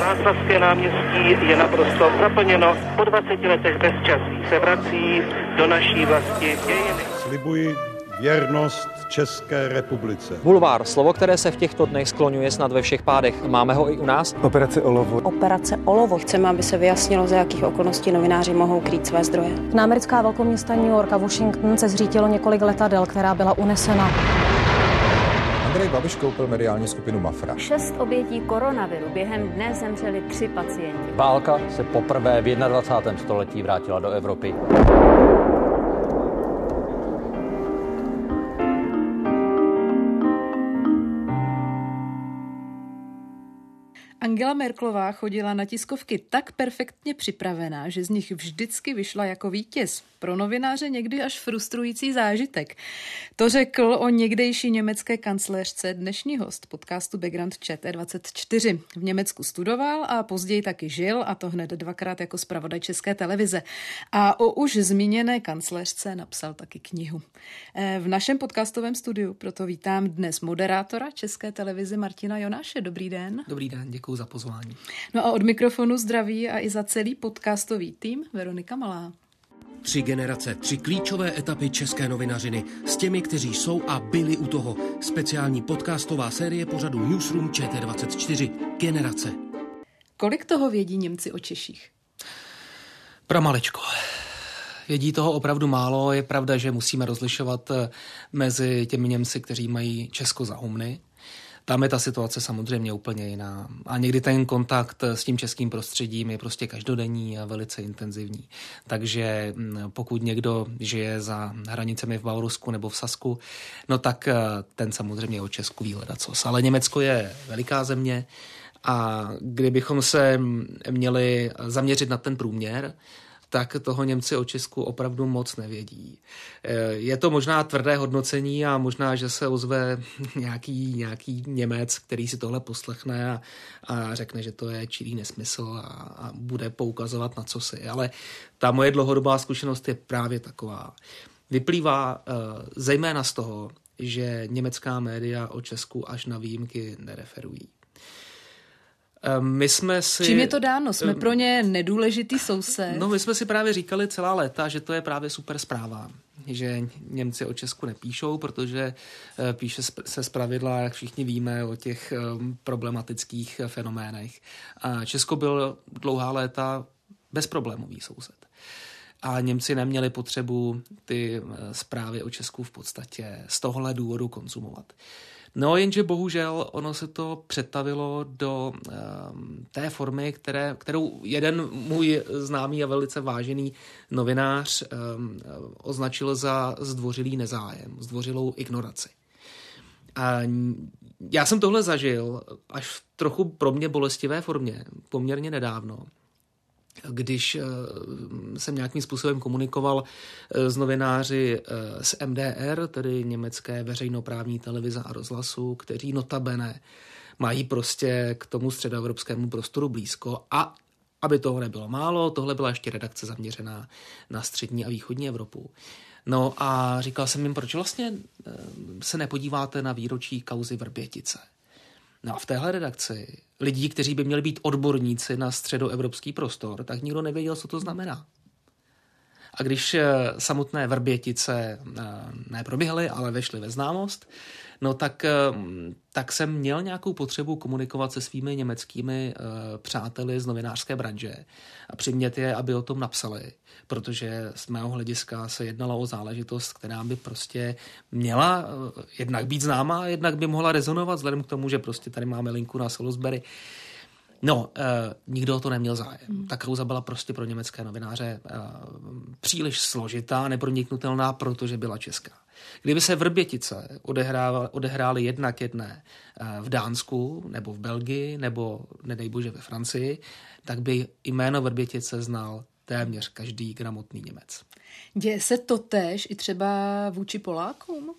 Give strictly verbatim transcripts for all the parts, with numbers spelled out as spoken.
Václavské náměstí je naprosto zaplněno. Po dvaceti letech bezčasí se vrací do naší vlasti dějiny. Slibuji věrnost České republice. Bulvár, slovo, které se v těchto dnech skloňuje snad ve všech pádech. Máme ho i u nás? Operace Olovo. Operace Olovo. Chceme, aby se vyjasnilo, za jakých okolností novináři mohou krýt své zdroje. Na americká velkoměsta New York a Washington se zřítilo několik letadel, která byla unesena. Andrej Babiš koupil mediální skupinu Mafra. Šest obětí koronaviru. Během dne zemřeli tři pacienti. Válka se poprvé v dvacátém prvním století vrátila do Evropy. Angela Merkelová chodila na tiskovky tak perfektně připravená, že z nich vždycky vyšla jako vítěz. Pro novináře někdy až frustrující zážitek. To řekl o někdejší německé kancléřce dnešní host podcastu Background Č T dvacet čtyři. V Německu studoval a později taky žil, a to hned dvakrát jako zpravodaj České televize. A o už zmíněné kancléřce napsal taky knihu. V našem podcastovém studiu proto vítám dnes moderátora České televize Martina Jonáše. Dobrý den. Dobrý den, děkuji za pozvání. No a od mikrofonu zdraví a i za celý podcastový tým Veronika Malá. Tři generace, tři klíčové etapy české novinařiny s těmi, kteří jsou a byli u toho. Speciální podcastová série pořadu Newsroom Č T dvacet čtyři. Generace. Kolik toho vědí Němci o Češích? Pramalečko. Vědí toho opravdu málo. Je pravda, že musíme rozlišovat mezi těmi Němci, kteří mají Česko za humny. Tam je ta situace samozřejmě úplně jiná. A někdy ten kontakt s tím českým prostředím je prostě každodenní a velice intenzivní. Takže pokud někdo žije za hranicemi v Bavorusku nebo v Sasku, no tak ten samozřejmě o Česku ví ledacos. Ale Německo je veliká země a kdybychom se měli zaměřit na ten průměr, tak toho Němci o Česku opravdu moc nevědí. Je to možná tvrdé hodnocení a možná, že se ozve nějaký, nějaký Němec, který si tohle poslechne a, a řekne, že to je čirý nesmysl a, a bude poukazovat na cosi. Ale ta moje dlouhodobá zkušenost je právě taková. Vyplývá uh, zejména z toho, že německá média o Česku až na výjimky nereferují. My jsme si... Čím je to dáno? Jsme pro ně nedůležitý soused? No, my jsme si právě říkali celá léta, že to je právě super zpráva. Že Němci o Česku nepíšou, protože píše se zpravidla, jak všichni víme, o těch problematických fenoménech. A Česko byl dlouhá léta bezproblémový soused. A Němci neměli potřebu ty zprávy o Česku v podstatě z tohohle důvodu konzumovat. No jenže bohužel ono se to přetavilo do um, té formy, které, kterou jeden můj známý a velice vážený novinář um, označil za zdvořilý nezájem, zdvořilou ignoraci. A já jsem tohle zažil až v trochu pro mě bolestivé formě, poměrně nedávno, když jsem nějakým způsobem komunikoval s novináři z M D R, tedy německé veřejnoprávní televize a rozhlasu, kteří notabene mají prostě k tomu středoevropskému prostoru blízko. A aby toho nebylo málo, tohle byla ještě redakce zaměřená na střední a východní Evropu. No a říkal jsem jim, proč vlastně se nepodíváte na výročí kauzy Vrbětice. No a v téhle redakci lidí, kteří by měli být odborníci na středoevropský prostor, tak nikdo nevěděl, co to znamená. A když samotné Vrbětice neproběhly, ale vešly ve známost, no tak, tak jsem měl nějakou potřebu komunikovat se svými německými přáteli z novinářské branže a přimět je, aby o tom napsali, protože z mého hlediska se jednalo o záležitost, která by prostě měla jednak být známá a jednak by mohla rezonovat vzhledem k tomu, že prostě tady máme linku na Salisbury. No, eh, nikdo o to neměl zájem. Hmm. Ta kauza byla prostě pro německé novináře eh, příliš složitá, neproniknutelná, protože byla česká. Kdyby se Vrbětice odehrály jednak jedné eh, v Dánsku, nebo v Belgii, nebo nedej bože ve Francii, tak by jméno Vrbětice znal téměř každý gramotný Němec. Děje se totéž i třeba vůči Polákům?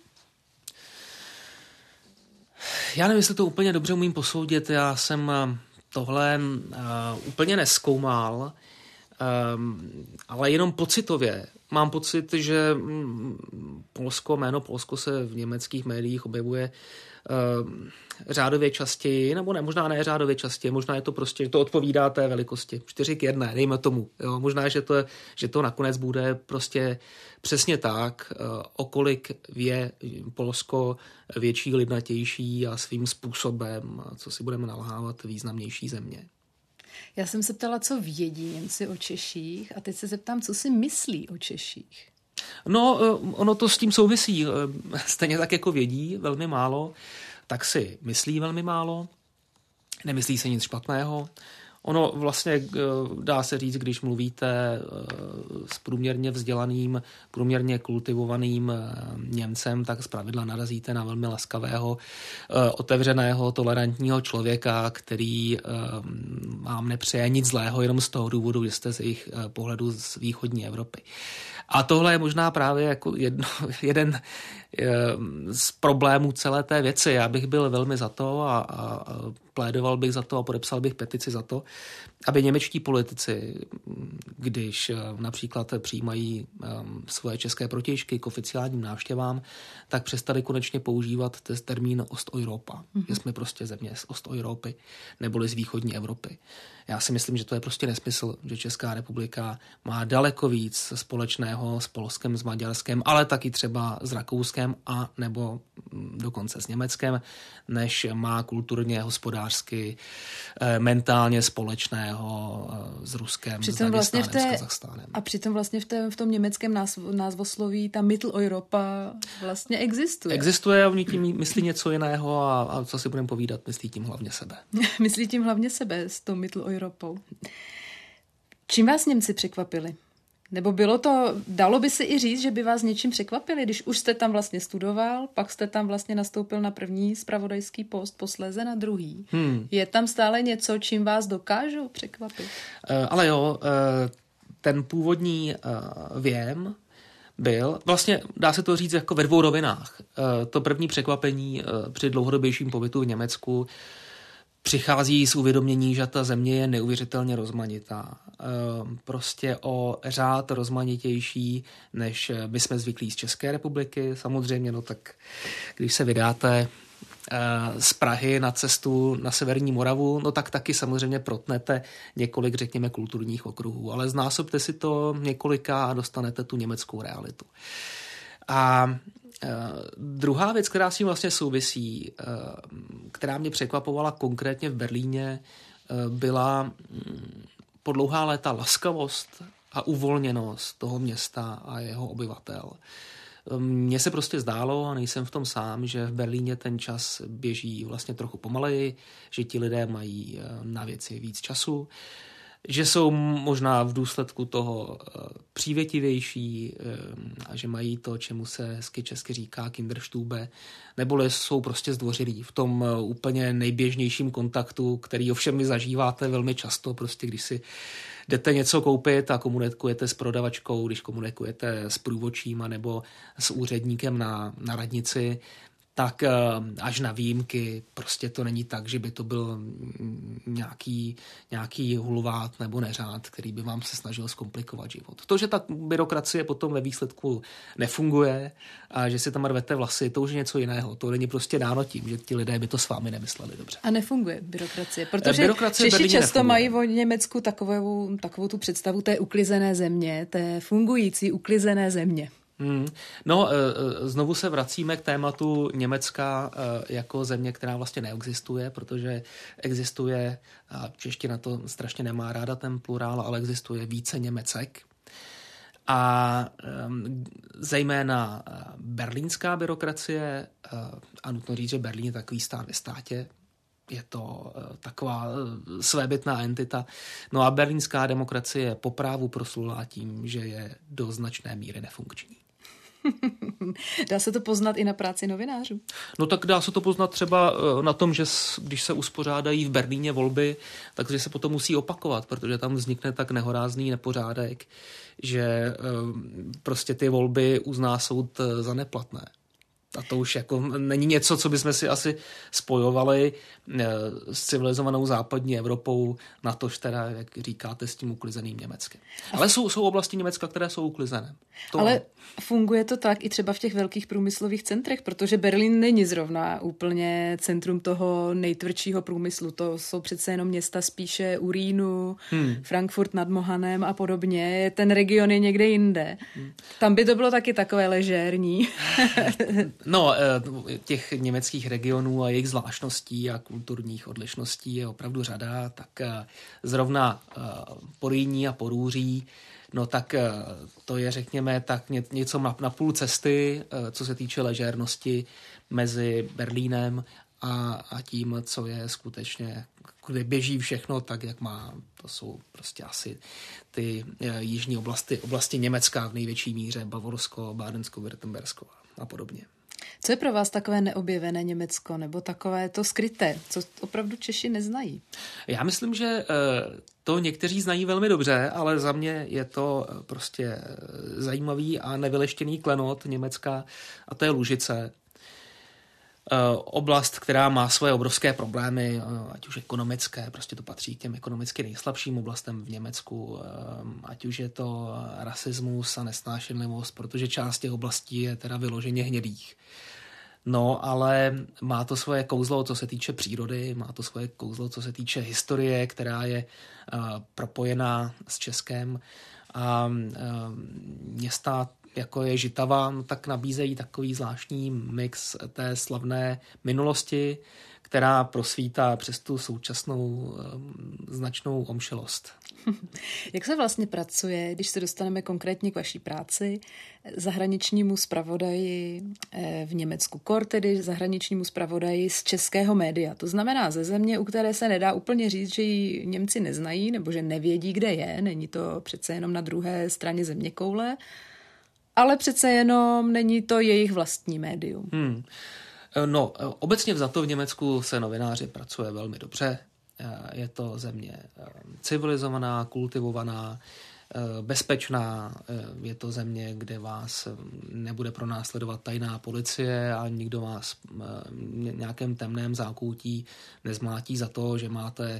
Já nevím, jestli to úplně dobře umím posoudit. Já jsem tohle uh, úplně nezkoumal, um, ale jenom pocitově mám pocit, že Polsko, jméno Polsko se v německých médiích objevuje uh, řádově častěji, nebo ne, možná ne řádově častěji, možná je to prostě, že to odpovídá té velikosti. čtyři k jedné, dejme tomu. Jo, možná, že to, že to nakonec bude prostě přesně tak, uh, okolik je Polsko větší, lidnatější a svým způsobem, co si budeme nalhávat, významnější země. Já jsem se ptala, co vědí Němci o Češích a teď se zeptám, co si myslí o Češích. No, ono to s tím souvisí. Stejně tak jako vědí velmi málo, tak si myslí velmi málo, nemyslí se nic špatného. Ono vlastně dá se říct, když mluvíte s průměrně vzdělaným, průměrně kultivovaným Němcem, tak zpravidla narazíte na velmi laskavého, otevřeného, tolerantního člověka, který vám nepřeje nic zlého jenom z toho důvodu, že jste z jejich pohledu z východní Evropy. A tohle je možná právě jako jedno, jeden z problémů celé té věci. Já bych byl velmi za to a, a plédoval bych za to a podepsal bych petici za to, aby němečtí politici, když například přijímají svoje české protějšky k oficiálním návštěvám, tak přestali konečně používat termín Osteuropa. Mm-hmm. Že jsme prostě země z Osteuropy neboli z východní Evropy. Já si myslím, že to je prostě nesmysl, že Česká republika má daleko víc společného s Polskem, s Maďarskem, ale taky třeba s Rakouskem a nebo dokonce s Německem, než má kulturně, hospodářsky, mentálně společného s Ruskem, přitom s vlastně v té, s Kazachstánem. A přitom vlastně v, té, v tom německém názv, názvosloví ta Mitteleuropa vlastně existuje. Existuje a oni tím myslí něco jiného a, a co si budeme povídat, myslí tím hlavně sebe. Myslí tím hlavně sebe s tou Mitteleuropou. Čím vás Němci překvapili? Nebo bylo to, dalo by se i říct, že by vás něčím překvapili, když už jste tam vlastně studoval, pak jste tam vlastně nastoupil na první zpravodajský post, posléze na druhý. Hmm. Je tam stále něco, čím vás dokážou překvapit? Uh, ale jo, uh, ten původní uh, věm byl, vlastně dá se to říct jako ve dvou rovinách. Uh, to první překvapení uh, při dlouhodobějším pobytu v Německu přichází z uvědomění, že ta země je neuvěřitelně rozmanitá. Prostě o řád rozmanitější, než my jsme zvyklí z České republiky. Samozřejmě, no tak když se vydáte z Prahy na cestu na severní Moravu, no tak taky samozřejmě protnete několik, řekněme, kulturních okruhů. Ale znásobte si to několika a dostanete tu německou realitu. A Uh, druhá věc, která s tím vlastně souvisí, uh, která mě překvapovala konkrétně v Berlíně, uh, byla um, po dlouhá léta laskavost a uvolněnost toho města a jeho obyvatel. Mně se prostě zdálo, a nejsem v tom sám, že v Berlíně ten čas běží vlastně trochu pomaleji, že ti lidé mají uh, na věci víc času, že jsou možná v důsledku toho přívětivější a že mají to, čemu se hezky česky říká Kinderstube, neboli jsou prostě zdvořilí v tom úplně nejběžnějším kontaktu, který ovšem vy zažíváte velmi často, prostě když si jdete něco koupit a komunikujete s prodavačkou, když komunikujete s průvodčím nebo s úředníkem na, na radnici, tak až na výjimky prostě to není tak, že by to byl nějaký, nějaký hulvát nebo neřád, který by vám se snažil zkomplikovat život. To, že ta byrokracie potom ve výsledku nefunguje a že si tam rvete vlasy, to už je něco jiného. To není prostě dáno tím, že ti lidé by to s vámi nemysleli dobře. A nefunguje byrokracie, protože byrokracie Češi často nefunguje. Mají o Německu takovou, takovou tu představu té uklizené země, té fungující uklizené země. Hmm. No, znovu se vracíme k tématu Německa jako země, která vlastně neexistuje, protože existuje, a čeština to strašně nemá ráda ten plurál, ale existuje více Němecek. A zejména berlínská byrokracie, a nutno říct, že Berlín je takový stát ve státě, je to taková svébytná entita. No a berlínská demokracie po právu proslulá tím, že je do značné míry nefunkční. Dá se to poznat i na práci novinářů? No tak dá se to poznat třeba na tom, že když se uspořádají v Berlíně volby, takže se potom musí opakovat, protože tam vznikne tak nehorázný nepořádek, že prostě ty volby uzná soud za neplatné. A to už jako není něco, co bychom si asi spojovali s civilizovanou západní Evropou, natož teda, jak říkáte, s tím uklizeným Německem. Ale jsou, jsou oblasti Německa, které jsou uklizené. To... Ale funguje to tak i třeba v těch velkých průmyslových centrech, protože Berlín není zrovna úplně centrum toho nejtvrdšího průmyslu. To jsou přece jenom města spíše u Rýnu, hmm. Frankfurt nad Mohanem a podobně. Ten region je někde jinde. Hmm. Tam by to bylo taky takové ležérní. No, těch německých regionů a jejich zvláštností a kulturních odlišností je opravdu řada, tak zrovna Porýní a Porúří, no tak to je, řekněme, tak něco na, na půl cesty, co se týče ležérnosti mezi Berlínem a, a tím, co je skutečně, kde běží všechno tak, jak má. To jsou prostě asi ty jižní oblasti, oblasti Německa v největší míře, Bavorsko, Bádensko, Württembersko a podobně. Co je pro vás takové neobjevené Německo, nebo takové to skryté, co opravdu Češi neznají? Já myslím, že to někteří znají velmi dobře, ale za mě je to prostě zajímavý a nevyleštěný klenot Německa, a to je Lužice. Oblast, která má svoje obrovské problémy, ať už ekonomické, prostě to patří k těm ekonomicky nejslabším oblastem v Německu, ať už je to rasismus a nesnášenlivost, protože část těch oblastí je teda vyloženě hnědých. No, ale má to svoje kouzlo, co se týče přírody, má to svoje kouzlo, co se týče historie, která je uh, propojená s Českem, a uh, města jako je Žitava, tak nabízejí takový zvláštní mix té slavné minulosti, která prosvítá přes tu současnou um, značnou omšelost. Jak se vlastně pracuje, když se dostaneme konkrétně k vaší práci, zahraničnímu zpravodaji v Německu, kor tedy zahraničnímu zpravodaji z českého média? To znamená ze země, u které se nedá úplně říct, že ji Němci neznají nebo že nevědí, kde je. Není to přece jenom na druhé straně zeměkoule, ale přece jenom není to jejich vlastní médium. Hmm. No, obecně vzato v Německu se novináři pracuje velmi dobře. Je to země civilizovaná, kultivovaná, bezpečná. Je to země, kde vás nebude pronásledovat tajná policie a nikdo vás v nějakém temném zákoutí nezmlátí za to, že máte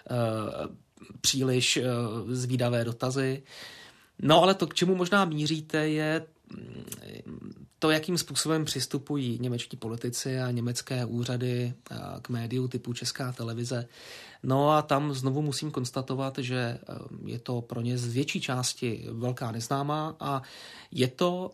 příliš zvídavé dotazy. No, ale to, k čemu možná míříte, je to, jakým způsobem přistupují němečtí politici a německé úřady k médiu typu Česká televize. No a tam znovu musím konstatovat, že je to pro ně z větší části velká neznámá a je to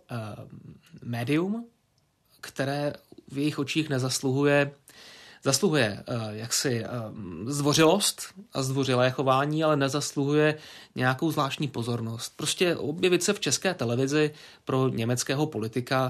médium, které v jejich očích nezasluhuje Zasluhuje uh, jaksi uh, zdvořilost a zdvořilé chování, ale nezasluhuje nějakou zvláštní pozornost. Prostě objevit se v České televizi pro německého politika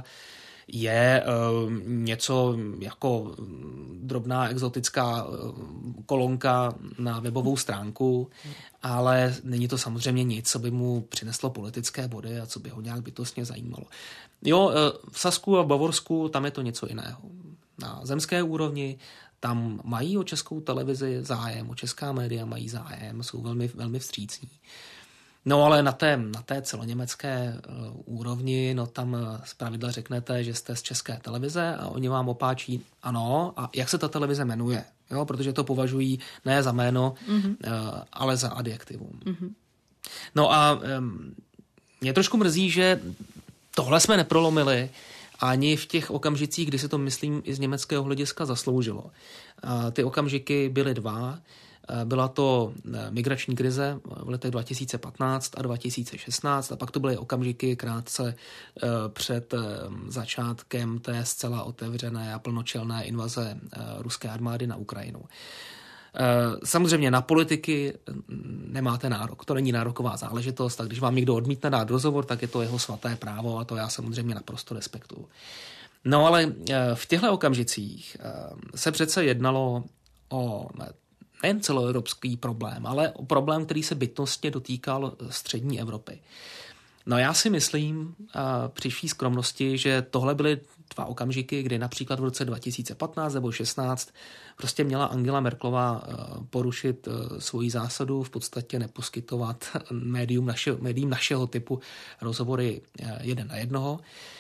je uh, něco jako drobná exotická uh, kolonka na webovou stránku, ale není to samozřejmě nic, co by mu přineslo politické body a co by ho nějak bytostně zajímalo. Jo, uh, v Sasku a v Bavorsku tam je to něco jiného. Na zemské úrovni tam mají o Českou televizi zájem, o česká média mají zájem, jsou velmi, velmi vstřícní. No ale na té, na té celoněmecké uh, úrovni, no tam zpravidla řeknete, že jste z České televize a oni vám opáčí, ano, a jak se ta televize jmenuje, jo, protože to považují ne za jméno, mm-hmm. uh, ale za adjektivum. Mm-hmm. No a um, mě trošku mrzí, že tohle jsme neprolomili ani v těch okamžicích, kdy se to, myslím, i z německého hlediska zasloužilo. Ty okamžiky byly dva. Byla to migrační krize v letech dva tisíce patnáct a dva tisíce šestnáct a pak to byly okamžiky krátce před začátkem té zcela otevřené a plnočelné invaze ruské armády na Ukrajinu. Samozřejmě na politiky nemáte nárok. To není nároková záležitost, tak když vám někdo odmítne dát rozhovor, tak je to jeho svaté právo a to já samozřejmě naprosto respektuju. No ale v těchto okamžicích se přece jednalo o nejen celoevropský problém, ale o problém, který se bytostně dotýkal střední Evropy. No já si myslím při vší skromnosti, že tohle byly dva okamžiky, kdy například v roce dva tisíce patnáct nebo šestnáct prostě měla Angela Merkelová porušit svoji zásadu, v podstatě neposkytovat médium našeho, médium našeho typu rozhovory jeden na jednoho.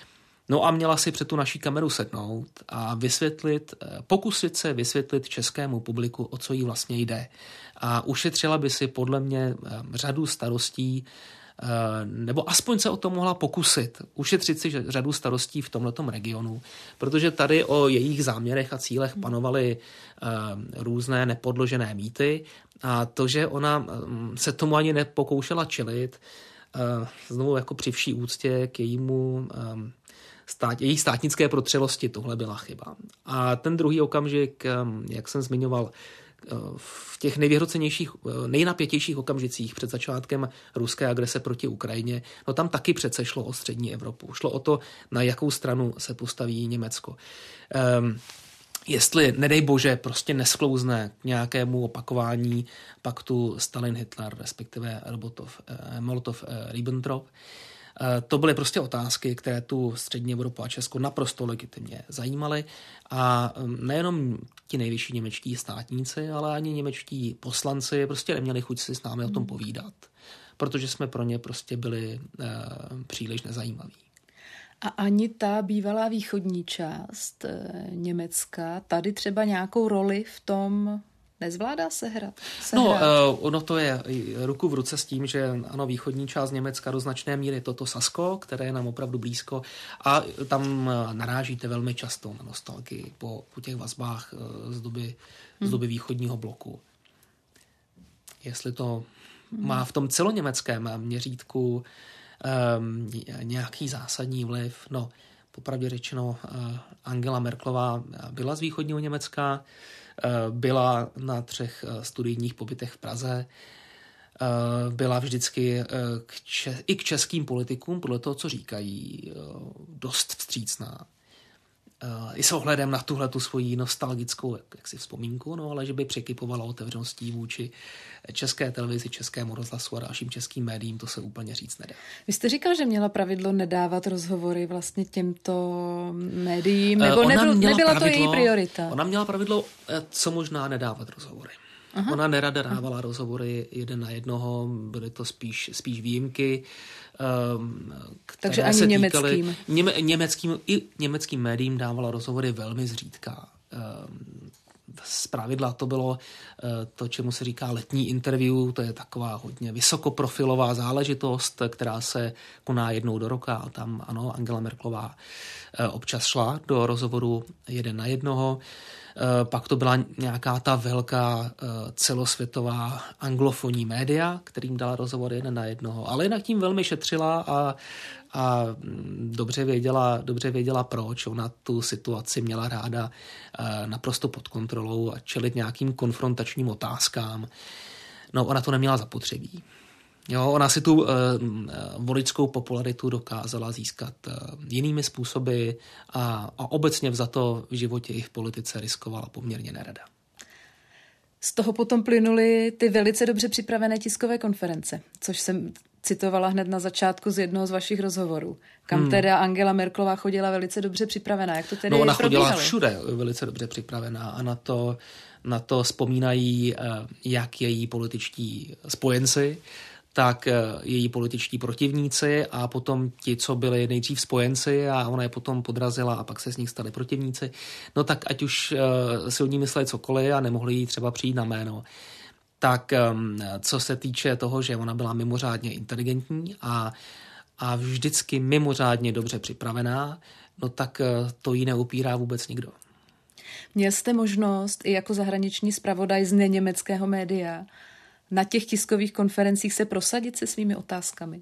No a měla si před tu naší kameru sednout a vysvětlit, pokusit se vysvětlit českému publiku, o co jí vlastně jde. A ušetřila by si podle mě řadu starostí, nebo aspoň se o to mohla pokusit. Ušetřit si řadu starostí v tomhletom regionu, protože tady o jejich záměrech a cílech panovaly různé nepodložené mýty a to, že ona se tomu ani nepokoušela čelit, znovu jako při vší úctě k jejímu stát, její státnické protřelosti, tohle byla chyba. A ten druhý okamžik, jak jsem zmiňoval, v těch nejvyhrocenějších, nejnapětějších okamžicích před začátkem ruské agrese proti Ukrajině, no tam taky přece šlo o střední Evropu. Šlo o to, na jakou stranu se postaví Německo. Um, jestli, nedej bože, prostě nesklouzne k nějakému opakování paktu Stalin-Hitler, respektive Molotov-Ribbentrop, to byly prostě otázky, které tu střední Evropu a Česko naprosto legitimně zajímaly a nejenom ti nejvyšší němečtí státníci, ale ani němečtí poslanci prostě neměli chuť si s námi o tom povídat, protože jsme pro ně prostě byli eh, příliš nezajímaví. A ani ta bývalá východní část e, Německa tady třeba nějakou roli v tom nezvládá sehrát? No, ono to je ruku v ruce s tím, že ano, východní část Německa do značné míry toto Sasko, které je nám opravdu blízko a tam narážíte velmi často na nostalgii po, po těch vazbách z doby, hmm. z doby východního bloku. Jestli to hmm. má v tom celoněmeckém měřítku um, nějaký zásadní vliv, no, popravdě řečeno, Angela Merkelová byla z východního Německa, byla na třech studijních pobytech v Praze, byla vždycky k če- i k českým politikům, podle toho, co říkají, dost vstřícná. I s ohledem na tuhle tu svoji nostalgickou jaksi vzpomínku, no, ale že by překypovala otevřeností vůči české televizi, českému rozhlasu a dalším českým médiím, to se úplně říct nedá. Vy jste říkal, že měla pravidlo nedávat rozhovory vlastně těmto médiím, nebo nebyl, nebyla pravidlo, to její priorita? Ona měla pravidlo, co možná nedávat rozhovory. Aha. Ona nerada dávala rozhovory jeden na jednoho, byly to spíš, spíš výjimky. Takže ani se německým. Něme, německým. I německým médiím dávala rozhovory velmi zřídka. Zpravidla to bylo to, čemu se říká letní interview, to je taková hodně vysokoprofilová záležitost, která se koná jednou do roka a tam ano, Angela Merkelová občas šla do rozhovoru jeden na jednoho. Pak to byla nějaká ta velká celosvětová anglofonní média, kterým dala rozhovor jeden na jednoho, ale jinak tím velmi šetřila a, a dobře věděla, dobře věděla proč. Ona tu situaci měla ráda naprosto pod kontrolou a čelit nějakým konfrontačním otázkám. No, ona to neměla zapotřebí. Jo, ona si tu uh, voličskou popularitu dokázala získat uh, jinými způsoby a, a obecně vzato v životě i v politice riskovala poměrně nerada. Z toho potom plynuly ty velice dobře připravené tiskové konference, což jsem citovala hned na začátku z jednoho z vašich rozhovorů, kam hmm. teda Angela Merkelová chodila velice dobře připravená. Jak to tedy No, ona probíhalo? chodila všude velice dobře připravená a na to, na to vzpomínají uh, jak její političtí spojenci, tak její političtí protivníci a potom ti, co byli nejdřív spojenci a ona je potom podrazila a pak se z nich stali protivníci. No tak ať už uh, si o ní mysleli cokoliv a nemohli jí třeba přijít na jméno. Tak um, co se týče toho, že ona byla mimořádně inteligentní a, a vždycky mimořádně dobře připravená, no tak uh, to jí neupírá vůbec nikdo. Měl jste možnost i jako zahraniční zpravodaj z neněmeckého média na těch tiskových konferencích se prosadit se svými otázkami?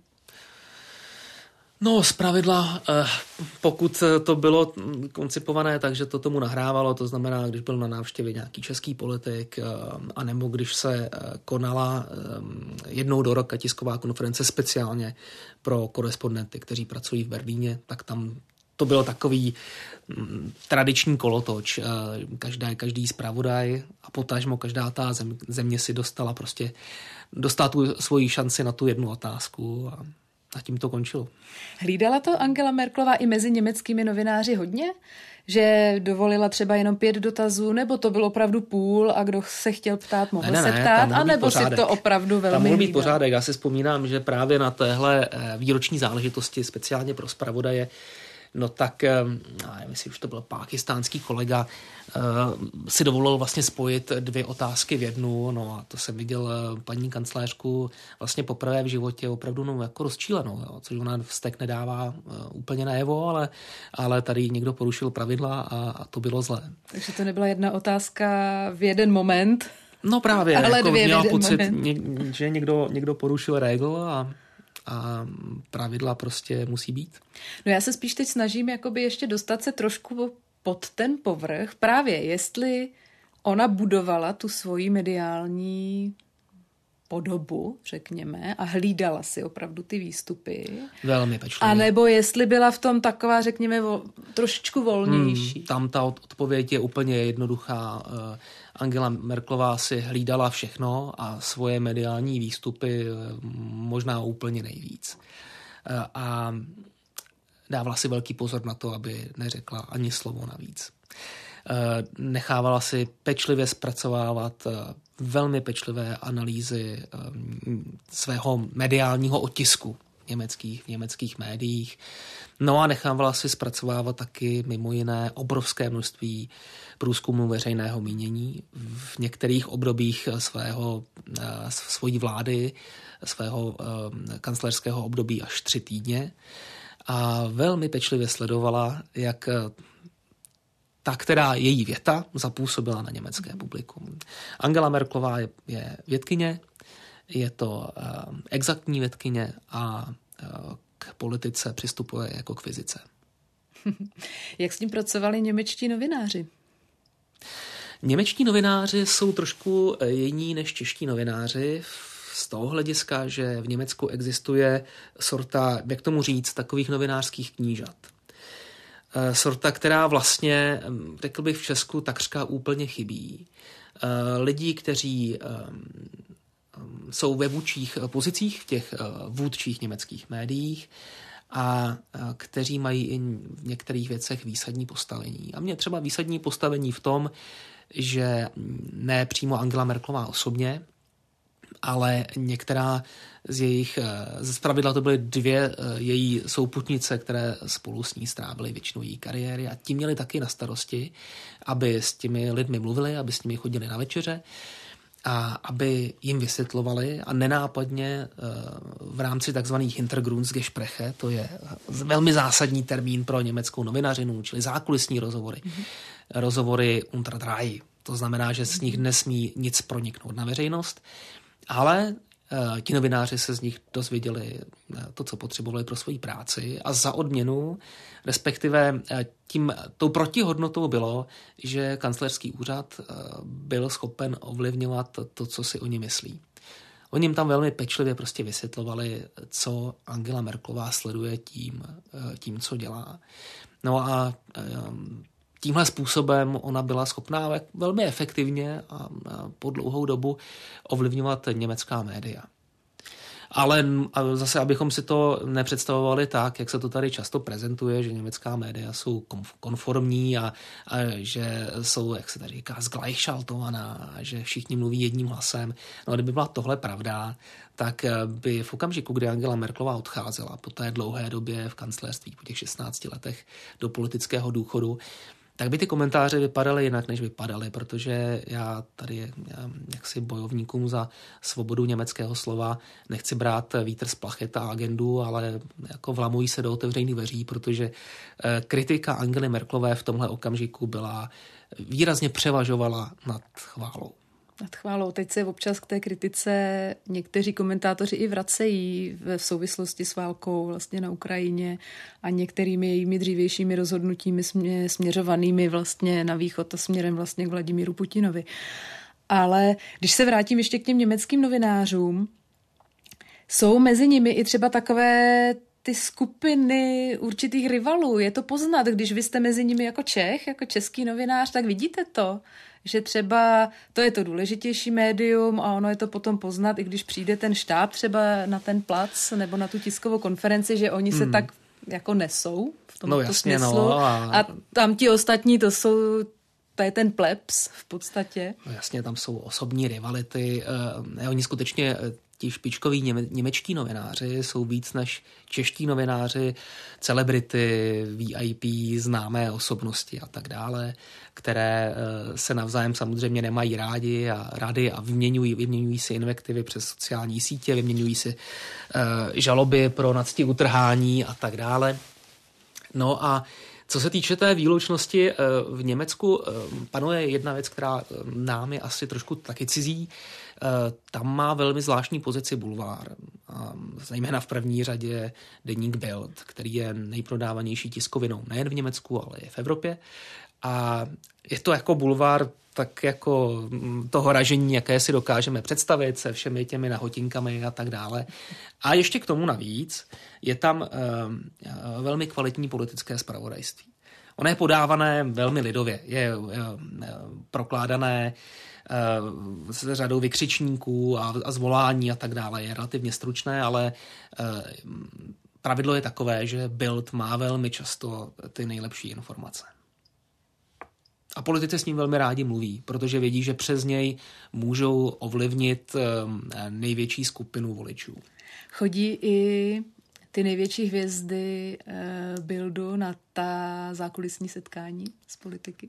No, zpravidla, pokud to bylo koncipované tak, že to tomu nahrávalo, to znamená, když byl na návštěvě nějaký český politik, anebo když se konala jednou do roka tisková konference speciálně pro korespondenty, kteří pracují v Berlíně, tak tam to bylo takový m, tradiční kolotoč. Každá, každý zpravodaj a potažmo každá ta zem, země si dostala prostě dostala tu svoji šanci na tu jednu otázku a, a tím to končilo. Hlídala to Angela Merkelová i mezi německými novináři hodně? Že dovolila třeba jenom pět dotazů, nebo to bylo opravdu půl a kdo se chtěl ptát, mohl ne, ne, se ptát, anebo si to opravdu velmi hlídal? Tam mohl být hlídal. pořádek. Já si vzpomínám, že právě na téhle výroční záležitosti, speciálně pro zpravodaje, no tak, nevím, jestli už to byl pákistánský kolega, si dovolil vlastně spojit dvě otázky v jednu, no a to jsem viděl paní kancléřku vlastně poprvé v životě opravdu no, jako rozčílenou, jo, což ona vztek nedává úplně najevo, ale, ale tady někdo porušil pravidla a, a to bylo zlé. Takže to nebyla jedna otázka v jeden moment. No právě, ale jako dvě měla v jeden pocit, moment. že někdo, někdo porušil regl a a pravidla prostě musí být. No já se spíš teď snažím jakoby ještě dostat se trošku pod ten povrch. Právě jestli ona budovala tu svoji mediální podobu, řekněme, a hlídala si opravdu ty výstupy. Velmi pečlivě. A nebo jestli byla v tom taková, řekněme, vo, trošičku volnější. Hmm, tam ta odpověď je úplně jednoduchá. Angela Merkelová si hlídala všechno a svoje mediální výstupy možná úplně nejvíc. A dávala si velký pozor na to, aby neřekla ani slovo navíc. Nechávala si pečlivě zpracovávat velmi pečlivé analýzy svého mediálního otisku v německých, v německých médiích. No a nechávala si zpracovávat taky mimo jiné obrovské množství průzkumu veřejného mínění v některých obdobích svého, svojí vlády, svého kancléřského období až tři týdně a velmi pečlivě sledovala, jak ta, která její věta zapůsobila na německé publikum. Angela Merkelová je, je vědkyně, je to uh, exaktní vědkyně a uh, k politice přistupuje jako k fyzice. Jak s tím pracovali němečtí novináři? Němečtí novináři jsou trošku jiní než čeští novináři z toho hlediska, že v Německu existuje sorta, jak tomu říct, takových novinářských knížat. Sorta, která vlastně, řekl bych v Česku, takřka úplně chybí. Lidí, kteří jsou ve vůdčích pozicích v těch vůdčích německých médiích a kteří mají i v některých věcech výsadní postavení. A mě třeba výsadní postavení v tom, že ne přímo Angela Merkelová osobně, ale některá z jejich, ze zpravidla to byly dvě její souputnice, které spolu s ní strávily většinu její kariéry a ti měli taky na starosti, aby s těmi lidmi mluvili, aby s nimi chodili na večeře a aby jim vysvětlovali a nenápadně v rámci takzvaných Hintergrundgespräche, to je velmi zásadní termín pro německou novinařinu, čili zákulisní rozhovory, mm-hmm. rozhovory unter drei. To znamená, že z nich nesmí nic proniknout na veřejnost, ale uh, ti novináři se z nich dozvěděli to, co potřebovali pro svoji práci a za odměnu, respektive uh, tím, tou protihodnotou bylo, že kancléřský úřad uh, byl schopen ovlivňovat to, co si oni myslí. Oni jim tam velmi pečlivě prostě vysvětlovali, co Angela Merkelová sleduje tím, uh, tím co dělá. No a um, tímhle způsobem ona byla schopná velmi efektivně a po dlouhou dobu ovlivňovat německá média. Ale zase, abychom si to nepředstavovali tak, jak se to tady často prezentuje, že německá média jsou konformní a, a že jsou, jak se tady říká, zgleichschaltovaná, že všichni mluví jedním hlasem. No a kdyby byla tohle pravda, tak by v okamžiku, kdy Angela Merkelová odcházela po té dlouhé době v kancléřství, po těch šestnácti letech do politického důchodu, tak by ty komentáře vypadaly jinak, než vypadaly, protože já tady já jaksi bojovníkům za svobodu německého slova nechci brát vítr z plachet a agendu, ale jako vlamují se do otevřených dveří, protože kritika Angely Merkelové v tomhle okamžiku byla výrazně převažovala nad chválou. Nad chválou. Teď se občas k té kritice někteří komentátoři i vracejí v souvislosti s válkou vlastně na Ukrajině a některými jejími dřívějšími rozhodnutími smě, směřovanými vlastně na východ a směrem vlastně k Vladimíru Putinovi. Ale když se vrátím ještě k těm německým novinářům, jsou mezi nimi i třeba takové ty skupiny určitých rivalů. Je to poznat, když vy jste mezi nimi jako Čech, jako český novinář, tak vidíte to, že třeba to je to důležitější médium a ono je to potom poznat, i když přijde ten štáb třeba na ten plac nebo na tu tiskovou konferenci, že oni se hmm. tak jako nesou v tomto no, jasně, smyslu. No, a... a tam ti ostatní, to jsou to je ten plebs v podstatě. No jasně, tam jsou osobní rivality. Eh, oni skutečně ti špičkoví něme, němečtí novináři jsou víc než čeští novináři, celebrity, V I P, známé osobnosti a tak dále, které se navzájem samozřejmě nemají rádi a rádi a vyměňují, vyměňují si invektivy přes sociální sítě, vyměňují si uh, žaloby pro nadsti utrhání a tak dále. No a co se týče té výlučnosti, v Německu panuje jedna věc, která nám je asi trošku taky cizí. Tam má velmi zvláštní pozici bulvár. Zejména v první řadě deník Bild, který je nejprodávanější tiskovinou nejen v Německu, ale i v Evropě. A je to jako bulvár tak jako toho ražení, jaké si dokážeme představit se všemi těmi nahotinkami a tak dále. A ještě k tomu navíc je tam uh, velmi kvalitní politické zpravodajství. Ono je podávané velmi lidově, je uh, prokládané uh, s řadou vykřičníků a, a zvolání a tak dále. Je relativně stručné, ale uh, pravidlo je takové, že Bild má velmi často ty nejlepší informace. A politici s ním velmi rádi mluví, protože vědí, že přes něj můžou ovlivnit největší skupinu voličů. Chodí i ty největší hvězdy Bildu na ta zákulisní setkání s politiky?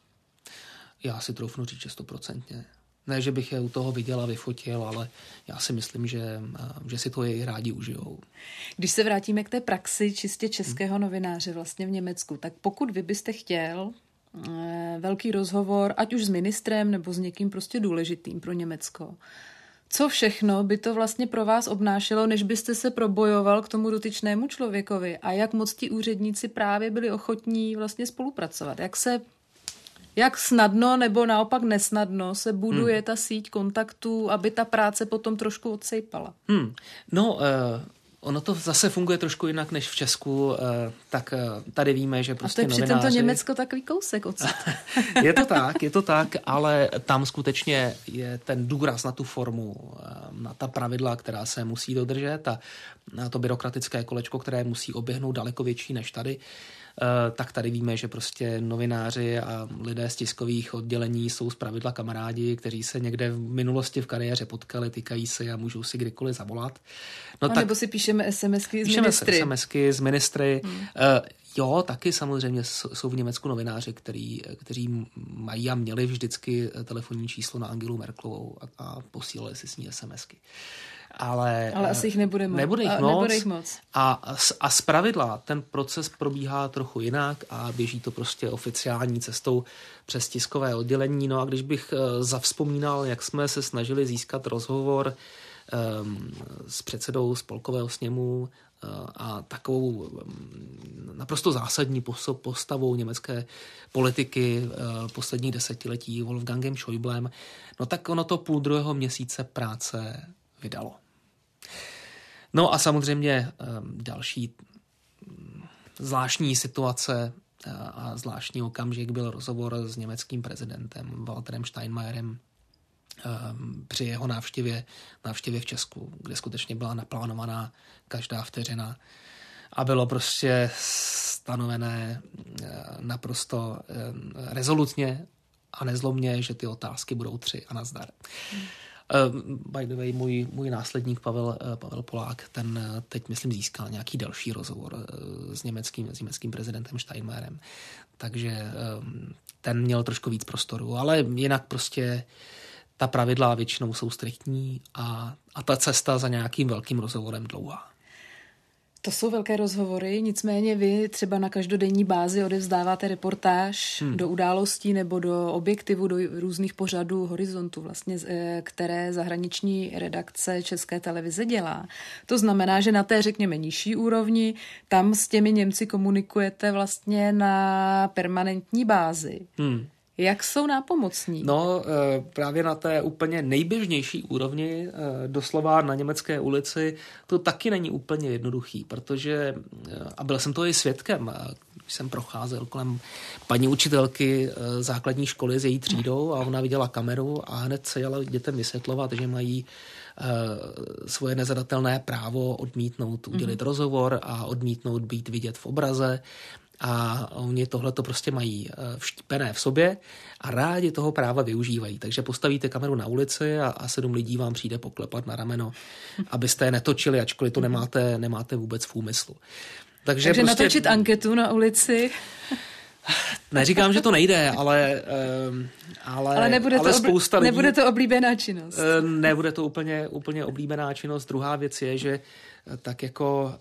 Já si troufnu říct, že stoprocentně. Ne, že bych je u toho viděl a vyfotil, ale já si myslím, že, že si to i rádi užijou. Když se vrátíme k té praxi čistě českého novináře vlastně v Německu, tak pokud vy byste chtěl velký rozhovor, ať už s ministrem nebo s někým prostě důležitým pro Německo. Co všechno by to vlastně pro vás obnášelo, než byste se probojoval k tomu dotyčnému člověkovi a jak moc ti úředníci právě byli ochotní vlastně spolupracovat? Jak se, jak snadno nebo naopak nesnadno se buduje hmm. ta síť kontaktů, aby ta práce potom trošku odsejpala? Hmm. No, uh... Ono to zase funguje trošku jinak než v Česku, tak tady víme, že prostě novináři... A to je přitom to Německo takový kousek odsud. Je to tak, je to tak, ale tam skutečně je ten důraz na tu formu, na ta pravidla, která se musí dodržet a na to byrokratické kolečko, které musí oběhnout daleko větší než tady. Tak tady víme, že prostě novináři a lidé z tiskových oddělení jsou zpravidla kamarádi, kteří se někde v minulosti v kariéře potkali, tykají se a můžou si kdykoliv zavolat. No, a tak, nebo si píšeme SMSky z píšeme ministry. SMSky z ministry. Hmm. Uh, jo, taky samozřejmě jsou v Německu novináři, který, kteří mají a měli vždycky telefonní číslo na Angelu Merkelovou a, a posílali si s ní SMSky. Ale, ale asi jich nebude moc. Nebude jich moc. Nebude jich moc. A, a zpravidla ten proces probíhá trochu jinak a běží to prostě oficiální cestou přes tiskové oddělení. No a když bych uh, zavzpomínal, jak jsme se snažili získat rozhovor um, s předsedou spolkového sněmu uh, a takovou um, naprosto zásadní postavou německé politiky uh, posledních desetiletí Wolfgangem Schäublem, no tak ono to půl druhého měsíce práce vydalo. No a samozřejmě další zvláštní situace a zvláštní okamžik byl rozhovor s německým prezidentem Walterem Steinmeierem při jeho návštěvě, návštěvě v Česku, kde skutečně byla naplánovaná každá vteřina a bylo prostě stanovené naprosto rezolutně a nezlomně, že ty otázky budou tři a nazdar. Hmm. Uh, by the way, můj, můj následník Pavel, uh, Pavel Polák, ten uh, teď, myslím, získal nějaký další rozhovor uh, s německým, s německým prezidentem Steinmeierem. Takže uh, ten měl trošku víc prostoru, ale jinak prostě ta pravidla většinou jsou striktní a, a ta cesta za nějakým velkým rozhovorem dlouhá. To jsou velké rozhovory, nicméně vy třeba na každodenní bázi odevzdáváte reportáž hmm. do událostí nebo do objektivu, do různých pořadů Horizontu, vlastně, které zahraniční redakce České televize dělá. To znamená, že na té, řekněme, nižší úrovni, tam s těmi Němci komunikujete vlastně na permanentní bázi. Hmm. Jak jsou nápomocní? No právě na té úplně nejběžnější úrovni, doslova na německé ulici, to taky není úplně jednoduchý, protože, a byl jsem to i svědkem, když jsem procházel kolem paní učitelky základní školy s její třídou a ona viděla kameru a hned se jela dětem vysvětlovat, že mají svoje nezadatelné právo odmítnout udělit mm. rozhovor a odmítnout být vidět v obraze A oni tohle to prostě mají vštípené v sobě a rádi toho práva využívají. Takže postavíte kameru na ulici a, a sedm lidí vám přijde poklepat na rameno, abyste je netočili, ačkoliv to nemáte, nemáte vůbec v úmyslu. Takže, Takže prostě... natočit anketu na ulici... Neříkám, že to nejde, ale, ale, ale, nebude, ale to spousta obl- lidí... Nebude to oblíbená činnost. Nebude to úplně, úplně oblíbená činnost. Druhá věc je, že tak jako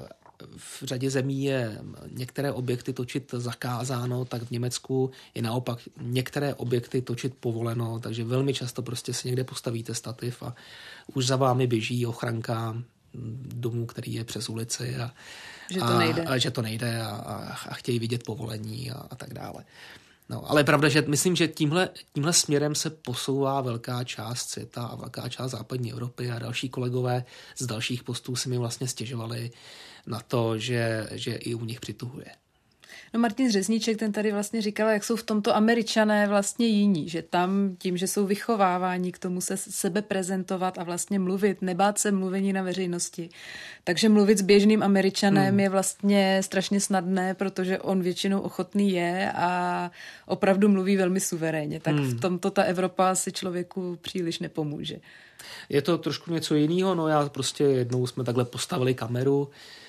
v řadě zemí je některé objekty točit zakázáno, tak v Německu je naopak některé objekty točit povoleno, takže velmi často prostě si někde postavíte stativ a už za vámi běží ochranka domu, který je přes ulici a že to nejde, a, a, že to nejde a, a, a chtějí vidět povolení a, a tak dále. No, ale je pravda, že myslím, že tímhle, tímhle směrem se posouvá velká část světa a velká část západní Evropy a další kolegové z dalších postů si mi vlastně stěžovali na to, že, že i u nich přituhuje. No Martin Řezníček, ten tady vlastně říkal, jak jsou v tomto Američané vlastně jiní, že tam tím, že jsou vychováváni k tomu se sebe prezentovat a vlastně mluvit, nebát se mluvení na veřejnosti. Takže mluvit s běžným Američanem hmm. je vlastně strašně snadné, protože on většinou ochotný je a opravdu mluví velmi suverénně. Tak hmm. v tomto ta Evropa si člověku příliš nepomůže. Je to trošku něco jiného, no já prostě jednou jsme takhle postavili kameru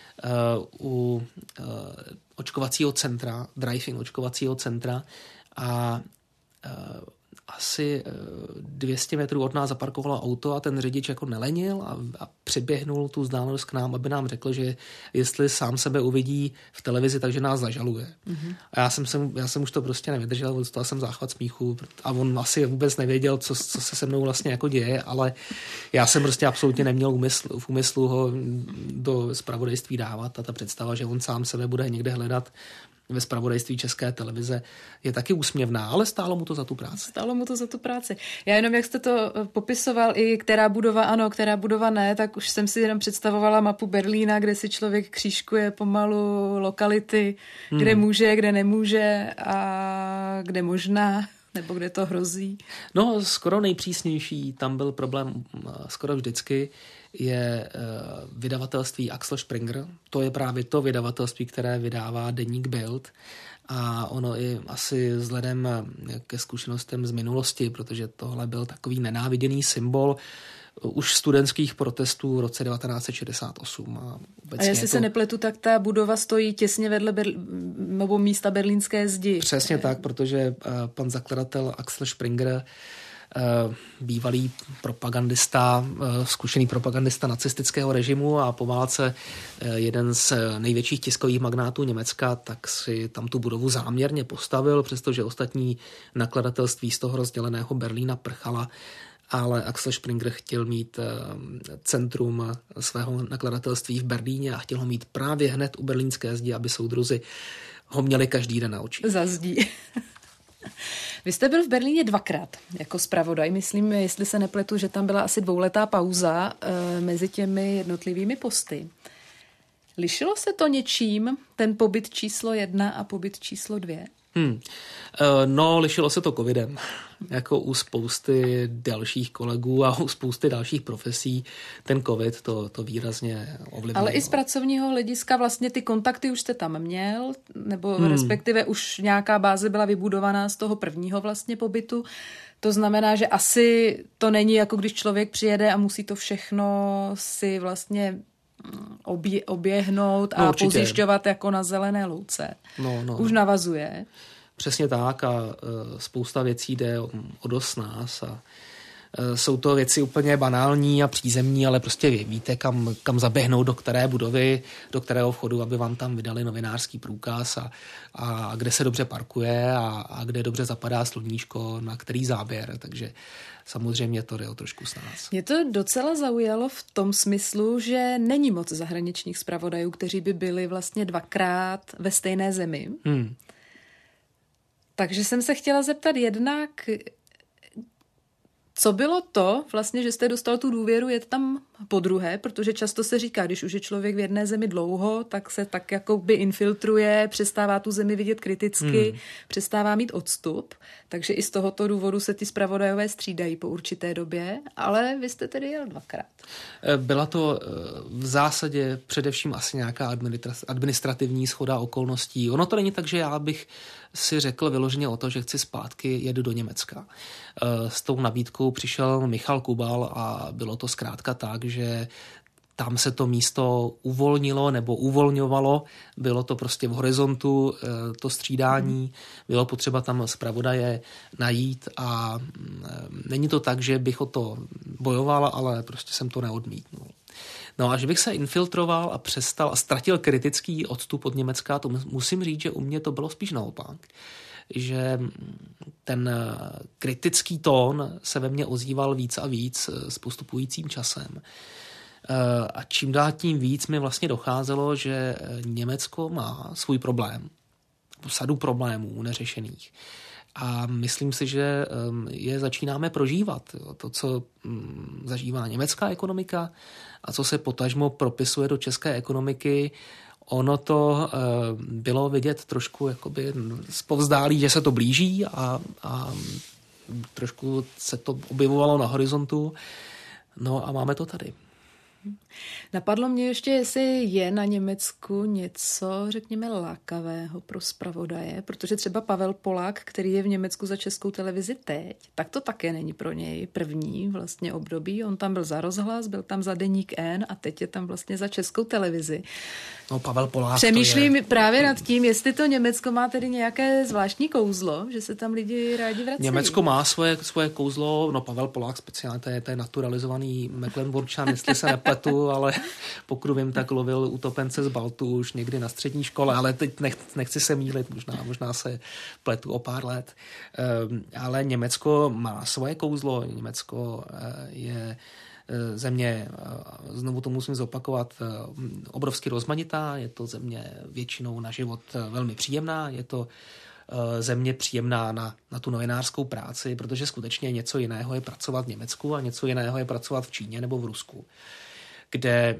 uh, u uh, očkovacího centra, drive-in očkovacího centra a uh, asi dvě stě metrů od nás zaparkovalo auto a ten řidič jako nelenil a, a přiběhnul tu vzdálenost k nám, aby nám řekl, že jestli sám sebe uvidí v televizi, takže nás zažaluje. Mm-hmm. A já jsem, jsem, já jsem už to prostě nevydržel, dostal jsem záchvat smíchu a on asi vůbec nevěděl, co, co se se mnou vlastně jako děje, ale já jsem prostě absolutně neměl úmysl, v úmyslu ho do zpravodajství dávat a ta představa, že on sám sebe bude někde hledat ve zpravodajství České televize, je taky úsměvná, ale stálo mu to za tu práci. Stálo mu to za tu práci. Já jenom, jak jste to popisoval, i která budova ano, která budova ne, tak už jsem si jenom představovala mapu Berlína, kde si člověk křížkuje pomalu lokality, hmm. kde může, kde nemůže a kde možná, nebo kde to hrozí. No, skoro nejpřísnější, tam byl problém skoro vždycky, je vydavatelství Axel Springer. To je právě to vydavatelství, které vydává deník Bild a ono i asi vzhledem ke zkušenostem z minulosti, protože tohle byl takový nenáviděný symbol už studentských protestů v roce devatenáct set šedesát osm. A, a jestli to... se nepletu, tak ta budova stojí těsně vedle Berl... nebo místa berlínské zdi. Přesně tak, protože pan zakladatel Axel Springer, bývalý propagandista, zkušený propagandista nacistického režimu a po válce jeden z největších tiskových magnátů Německa, tak si tam tu budovu záměrně postavil, přestože ostatní nakladatelství z toho rozděleného Berlína prchala, ale Axel Springer chtěl mít centrum svého nakladatelství v Berlíně a chtěl ho mít právě hned u berlínské zdi, aby soudruzi ho měli každý den na očích. Za zdí. Vy jste byl v Berlíně dvakrát jako zpravodaj. Myslím, jestli se nepletu, že tam byla asi dvouletá pauza e, mezi těmi jednotlivými posty. Lišilo se to něčím, ten pobyt číslo jedna a pobyt číslo dvě? Hmm. No, lišilo se to covidem. Jako u spousty dalších kolegů a u spousty dalších profesí ten covid to, to výrazně ovlivnilo. Ale i z pracovního hlediska vlastně ty kontakty už jste tam měl, nebo hmm. respektive už nějaká báze byla vybudovaná z toho prvního vlastně pobytu. To znamená, že asi to není jako když člověk přijede a musí to všechno si vlastně obě, oběhnout a no, pozjišťovat jako na zelené louce. No, no, už navazuje. Přesně tak a uh, spousta věcí jde o, o dost nás a uh, jsou to věci úplně banální a přízemní, ale prostě vy víte, kam, kam zaběhnout, do které budovy, do kterého vchodu, aby vám tam vydali novinářský průkaz a, a kde se dobře parkuje a, a kde dobře zapadá sluníčko, na který záběr, takže samozřejmě to jde o trošku s nás. Mě to docela zaujalo v tom smyslu, že není moc zahraničních zpravodajů, kteří by byli vlastně dvakrát ve stejné zemi. Co bylo to, vlastně, že jste dostal tu důvěru jet tam po druhé, protože často se říká, když už je člověk v jedné zemi dlouho, tak se tak jako by infiltruje, přestává tu zemi vidět kriticky, hmm. přestává mít odstup, takže i z tohoto důvodu se ty zpravodajové střídají po určité době, ale vy jste tedy jel dvakrát. Byla to v zásadě především asi nějaká administrativní shoda okolností. Ono to není tak, že já bych si řekl vyloženě o to, že chci zpátky jet do Německa. S tou nabídkou přišel Michal Kubal a bylo to zkrátka tak, že tam se to místo uvolnilo nebo uvolňovalo, bylo to prostě v horizontu, to střídání, bylo potřeba tam zpravodaje najít a není to tak, že bych o to bojoval, ale prostě jsem to neodmítnul. No a že bych se infiltroval a přestal a ztratil kritický odstup od Německa, to musím říct, že u mě to bylo spíš naopak. Že ten kritický tón se ve mně ozýval víc a víc s postupujícím časem. A čím dál tím víc mi vlastně docházelo, že Německo má svůj problém, sadu problémů neřešených. A myslím si, že je začínáme prožívat. To, co zažívá německá ekonomika a co se potažmo propisuje do české ekonomiky, ono to bylo vidět trošku jakoby zpovzdálí, že se to blíží a, a trošku se to objevovalo na horizontu. No a máme to tady. Napadlo mě ještě, jestli je na Německu něco, řekněme, lákavého pro zpravodaje, protože třeba Pavel Polák, který je v Německu za Českou televizi teď, tak to také není pro něj první vlastně období. On tam byl za Rozhlas, byl tam za Deník N a teď je tam vlastně za Českou televizi. No, Pavel Polák. Přemýšlím je... právě nad tím, jestli to Německo má tedy nějaké zvláštní kouzlo, že se tam lidi rádi vracejí. Německo má svoje, svoje kouzlo, no Pavel Polák speciálně, to je, to je naturalizovaný Mecklenburčan, jestli se nepletu, ale pokud vím, tak lovil utopence z Baltu už někdy na střední škole, ale teď nech, nechci se mýlit, možná, možná se pletu o pár let. Um, ale Německo má svoje kouzlo, Německo uh, je země, znovu to musím zopakovat, obrovsky rozmanitá, je to země většinou na život velmi příjemná, je to země příjemná na, na tu novinářskou práci, protože skutečně něco jiného je pracovat v Německu a něco jiného je pracovat v Číně nebo v Rusku, kde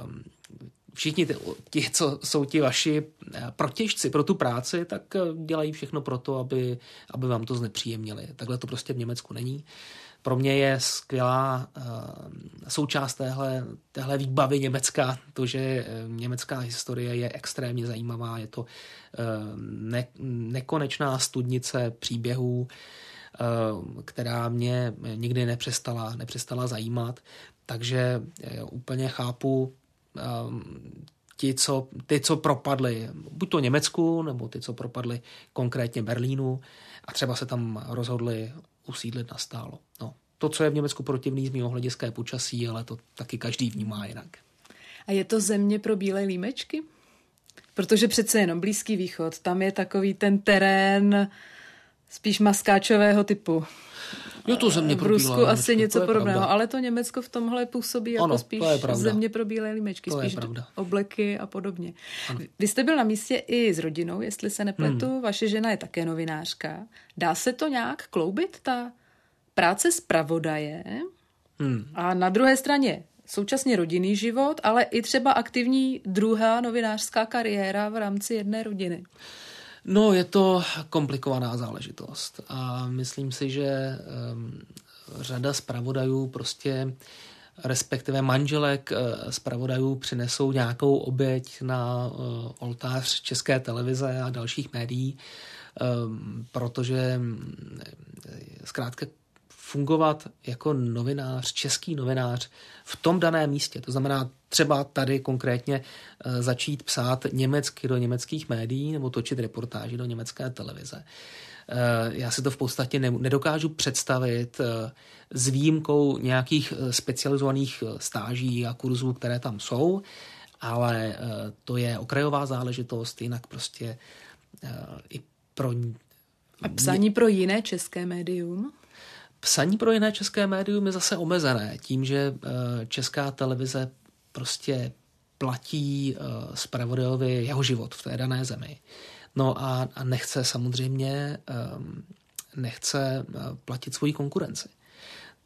všichni ty, ti, co jsou ti vaši protěžci pro tu práci, tak dělají všechno pro to, aby, aby vám to znepříjemnili. Takhle to prostě v Německu není. Pro mě je skvělá uh, součást téhle, téhle výbavy Německa, to, že německá historie je extrémně zajímavá, je to uh, ne, nekonečná studnice příběhů, uh, která mě nikdy nepřestala, nepřestala zajímat, takže uh, úplně chápu um, ti, co, ty, co propadli buď to Německu, nebo ty, co propadli konkrétně Berlínu a třeba se tam rozhodli usídlit nastálo. No, to, co je v Německu protivný z mého hlediska je počasí, ale to taky každý vnímá jinak. A je to země pro bílé límečky? Protože přece jenom Blízký východ, tam je takový ten terén spíš maskáčového typu. Jo, to země pro v Rusku bílé asi límečky, něco podobného, pravda. Ale to Německo v tomhle působí jako ano, spíš země pro bílé límečky, to spíš obleky a podobně. Ano. Vy jste byl na místě i s rodinou, jestli se nepletu, hmm. vaše žena je také novinářka. Dá se to nějak kloubit, ta práce zpravodaje hmm. a na druhé straně současně rodinný život, ale i třeba aktivní druhá novinářská kariéra v rámci jedné rodiny? No, je to komplikovaná záležitost a myslím si, že um, řada zpravodajů prostě, respektive manželek uh, zpravodajů přinesou nějakou oběť na uh, oltář České televize a dalších médií, um, protože um, zkrátka fungovat jako novinář, český novinář v tom daném místě. To znamená třeba tady konkrétně začít psát německy do německých médií nebo točit reportáži do německé televize. Já si to v podstatě nedokážu představit s výjimkou nějakých specializovaných stáží a kurzů, které tam jsou, ale to je okrajová záležitost, jinak prostě i pro... A psaní pro jiné české médium? Psaní pro jiné české médium je zase omezené tím, že Česká televize prostě platí zpravodajovi jeho život v té dané zemi. No a, a nechce samozřejmě nechce platit svoji konkurenci.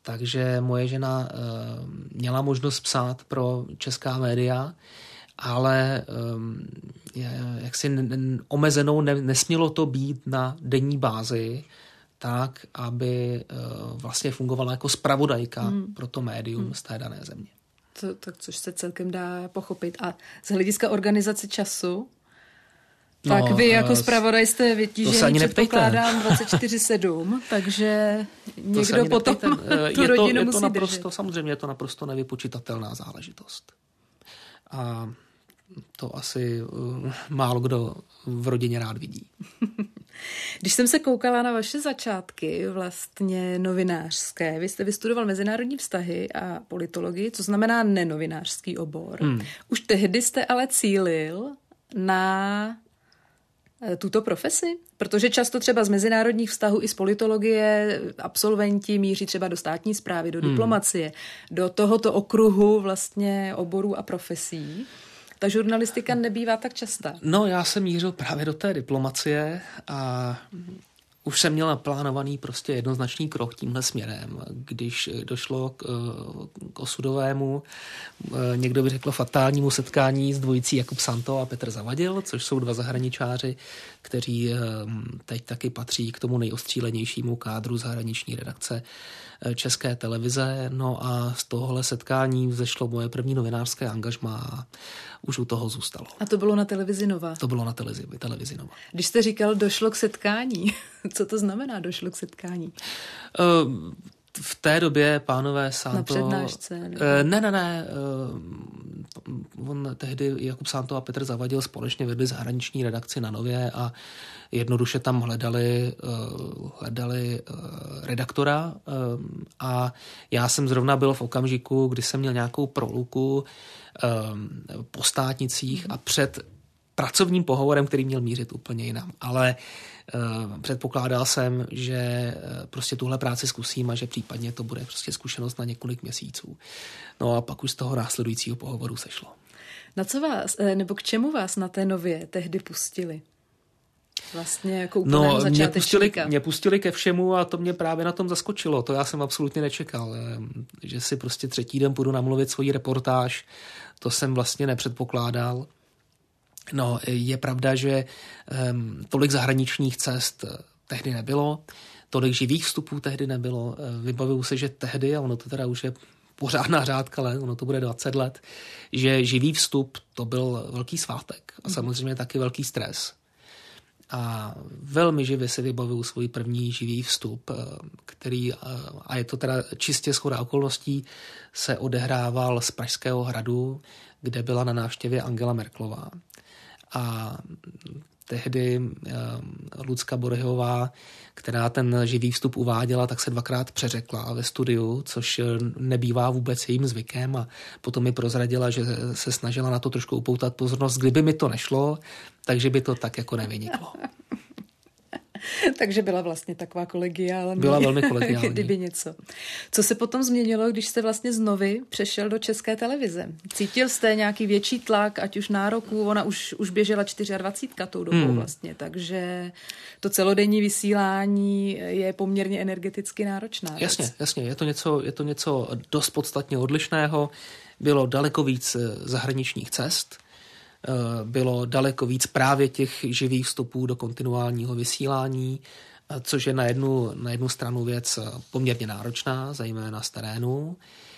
takže moje žena měla možnost psát pro česká média, ale jaksi omezenou nesmělo to být na denní bázi, tak, aby vlastně fungovala jako zpravodajka hmm. pro to médium hmm. z té dané země. To, tak což se celkem dá pochopit. A z hlediska organizace času, tak no, vy jako zpravodaj jste vytížený, předpokládám, dvacet čtyři sedm, takže někdo potom tu je to, rodinu je to musí naprosto, držet. Samozřejmě je to naprosto nevypočitatelná záležitost. A to asi uh, málo kdo v rodině rád vidí. Když jsem se koukala na vaše začátky vlastně novinářské, vy jste vystudoval mezinárodní vztahy a politologii, co znamená nenovinářský obor. Hmm. Už tehdy jste ale cílil na tuto profesi? Protože často třeba z mezinárodních vztahů i z politologie absolventi míří třeba do státní správy, do diplomacie, hmm. do tohoto okruhu vlastně oborů a profesí. Ta žurnalistika nebývá tak častá. No, já jsem mířil právě do té diplomacie a už jsem měl naplánovaný prostě jednoznačný krok tímhle směrem. Když došlo k, k osudovému, někdo by řekl fatálnímu setkání s dvojicí Jakub Santo a Petr Zavadil, což jsou dva zahraničáři, kteří teď taky patří k tomu nejostřílenějšímu kádru zahraniční redakce České televize. No a z tohohle setkání vzešlo moje první novinářské angažmá a už u toho zůstalo. A to bylo na televizi Nova? To bylo na televizi, televizi Nova. Když jste říkal, došlo k setkání, co to znamená došlo k setkání? V té době pánové Santo... Na přednášce? Nebo... Ne, ne, ne. On tehdy Jakub Santo a Petr Zavadil společně vedli zahraniční redakci na Nově a jednoduše tam hledali, hledali redaktora a já jsem zrovna byl v okamžiku, kdy jsem měl nějakou proluku po státnicích a před pracovním pohovorem, který měl mířit úplně jinam. Ale uh, předpokládal jsem, že uh, prostě tuhle práci zkusím a že případně to bude prostě zkušenost na několik měsíců. No a pak už z toho následujícího pohovoru sešlo. Na co vás, nebo k čemu vás na té Nově tehdy pustili? Vlastně jako úplného no, začátečníka. Mě pustili, mě pustili ke všemu a to mě právě na tom zaskočilo. To já jsem absolutně nečekal. Že si prostě třetí den půjdu namluvit svoji reportáž, to jsem vlastně nepředpokládal. No, je pravda, že um, tolik zahraničních cest tehdy nebylo, tolik živých vstupů tehdy nebylo. Vybavuju se, že tehdy, a ono to teda už je pořádná řádka let, ono to bude dvacet let, že živý vstup to byl velký svátek a samozřejmě taky velký stres. A velmi živě si vybavuju svůj první živý vstup, který, a je to teda čistě shoda okolností, se odehrával z Pražského hradu, kde byla na návštěvě Angela Merkelová. A tehdy Lucka Borehová, která ten živý vstup uváděla, tak se dvakrát přeřekla ve studiu, což nebývá vůbec jejím zvykem a potom mi prozradila, že se snažila na to trošku upoutat pozornost. Kdyby mi to nešlo, takže by to tak jako nevyniklo. Takže byla vlastně taková kolegiální. Byla velmi kolegiální. Kdyby něco. Co se potom změnilo, když jste vlastně z Novy přešel do České televize? Cítil jste nějaký větší tlak, ať už nároků? Ona už, už běžela dvacet čtyři tou dobou hmm. vlastně, takže to celodenní vysílání je poměrně energeticky náročná. Jasně, jasně. Je to něco, je to něco dost podstatně odlišného. Bylo daleko víc zahraničních cest. Bylo daleko víc právě těch živých vstupů do kontinuálního vysílání, což je na jednu, na jednu stranu věc poměrně náročná, zejména z terénu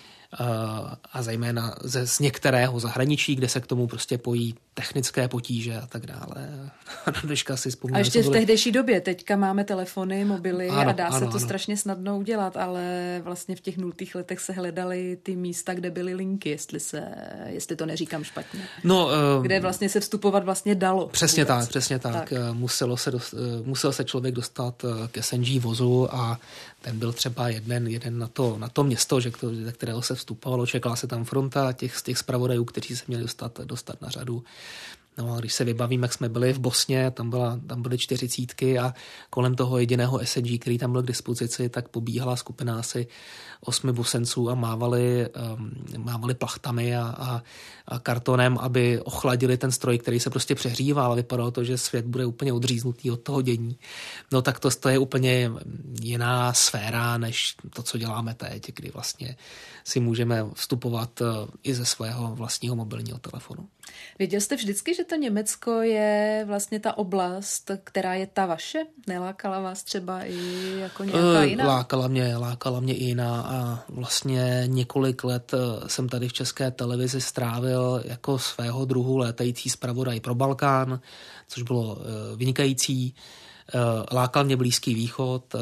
a zejména ze, z některého zahraničí, kde se k tomu prostě pojí technické potíže a tak dále. si a ještě v tehdejší době, teďka máme telefony, mobily ano, a dá ano, se to ano. strašně snadno udělat, ale vlastně v těch nultých letech se hledaly ty místa, kde byly linky, jestli, se, jestli to neříkám špatně. No, kde vlastně se vstupovat vlastně dalo. Přesně vůbec. tak, přesně tak. tak. Muselo se dost, musel se člověk dostat k S N G vozu a ten byl třeba jeden, jeden na, to, na to město, že to, ze kterého se vstupovalo, čekala se tam fronta těch z těch zpravodajů, kteří se měli dostat, dostat na řadu. No a když se vybavím, jak jsme byli v Bosně, tam, byla, tam byly čtyřicítky a kolem toho jediného S N G, který tam byl k dispozici, tak pobíhala skupina asi osmi Bosenců a mávali, um, mávali plachtami a, a, a kartonem, aby ochladili ten stroj, který se prostě přehříval a vypadalo to, že svět bude úplně odříznutý od toho dění. No tak to, to je úplně jiná sféra, než to, co děláme teď, kdy vlastně si můžeme vstupovat i ze svého vlastního mobilního telefonu. Věděl jste vždycky, že to Německo je vlastně ta oblast, která je ta vaše? Nelákala vás třeba i jako nějaká jiná? Lákala mě, lákala mě i jiná a vlastně několik let jsem tady v České televizi strávil jako svého druhu létající zpravodaj pro Balkán, což bylo vynikající. Lákal mě Blízký východ.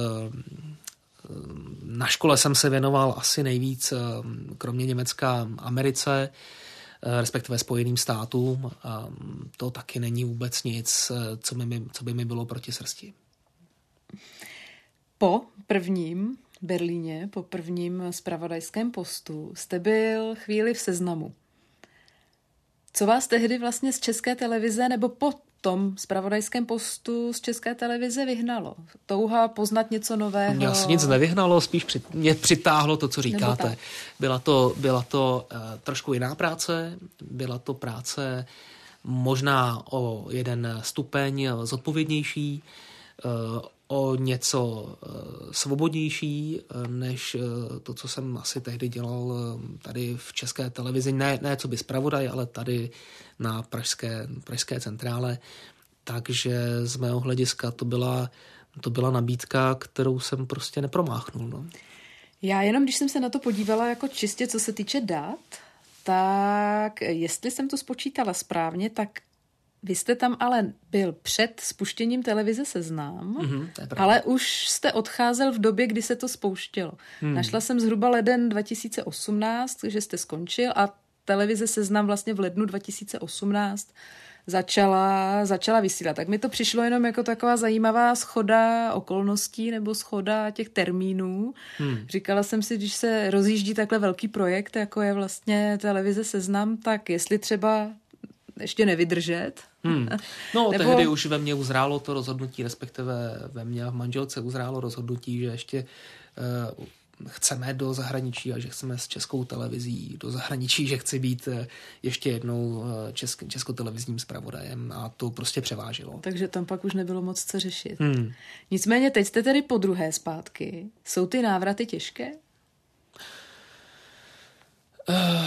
Na škole jsem se věnoval asi nejvíc, kromě Německa, Americe, respektive Spojeným státům. A to taky není vůbec nic, co by mi, co by mi bylo proti srsti. Po prvním Berlíně, po prvním zpravodajském postu jste byl chvíli v Seznamu. Co vás tehdy vlastně z České televize nebo po tom zpravodajském postu z České televize vyhnalo? Touha poznat něco nového? Mě asi nic nevyhnalo, spíš přit, mě přitáhlo to, co říkáte. Byla to, byla to uh, trošku jiná práce, byla to práce možná o jeden stupeň zodpovědnější, uh, o něco uh, svobodnější, uh, než uh, to, co jsem asi tehdy dělal uh, tady v České televizi. Ne, ne co by zpravodaj, ale tady na pražské, pražské centrále. Takže z mého hlediska to byla, to byla nabídka, kterou jsem prostě nepromáchnul. No. Já jenom, když jsem se na to podívala jako čistě, co se týče dat, tak jestli jsem to spočítala správně, tak vy jste tam ale byl před spuštěním televize Seznam, mm-hmm, ale už jste odcházel v době, kdy se to spouštělo. Hmm. Našla jsem zhruba leden dva tisíce osmnáct, že jste skončil a televize Seznam vlastně v lednu dva tisíce osmnáct začala, začala vysílat. Tak mi to přišlo jenom jako taková zajímavá shoda okolností nebo shoda těch termínů. Hmm. Říkala jsem si, když se rozjíždí takhle velký projekt, jako je vlastně televize Seznam, tak jestli třeba ještě nevydržet. Hmm. No, Nebo... tehdy už ve mně uzrálo to rozhodnutí, respektive ve mně a v manželce uzrálo rozhodnutí, že ještě uh, chceme do zahraničí a že chceme s Českou televizí do zahraničí, že chci být uh, ještě jednou uh, česk- českotelevizním zpravodajem a to prostě převážilo. Takže tam pak už nebylo moc co řešit. Hmm. Nicméně teď jste tedy po druhé zpátky. Jsou ty návraty těžké? Uh...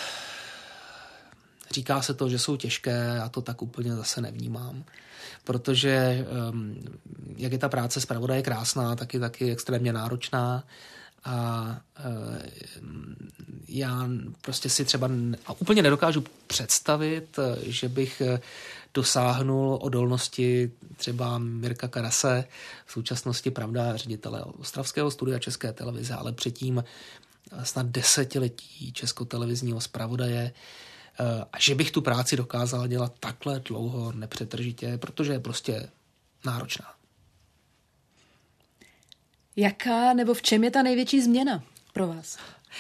Říká se to, že jsou těžké, já to tak úplně zase nevnímám. Protože um, jak je ta práce zpravodaje krásná, tak je taky extrémně náročná a uh, já prostě si třeba n- a úplně nedokážu představit, že bych dosáhnul odolnosti třeba Mirka Karase, v současnosti pravda ředitele Ostravského studia České televize, ale předtím snad desetiletí českotelevizního zpravodaje, a že bych tu práci dokázal dělat takhle dlouho nepřetržitě, protože je prostě náročná. Jaká nebo v čem je ta největší změna pro vás?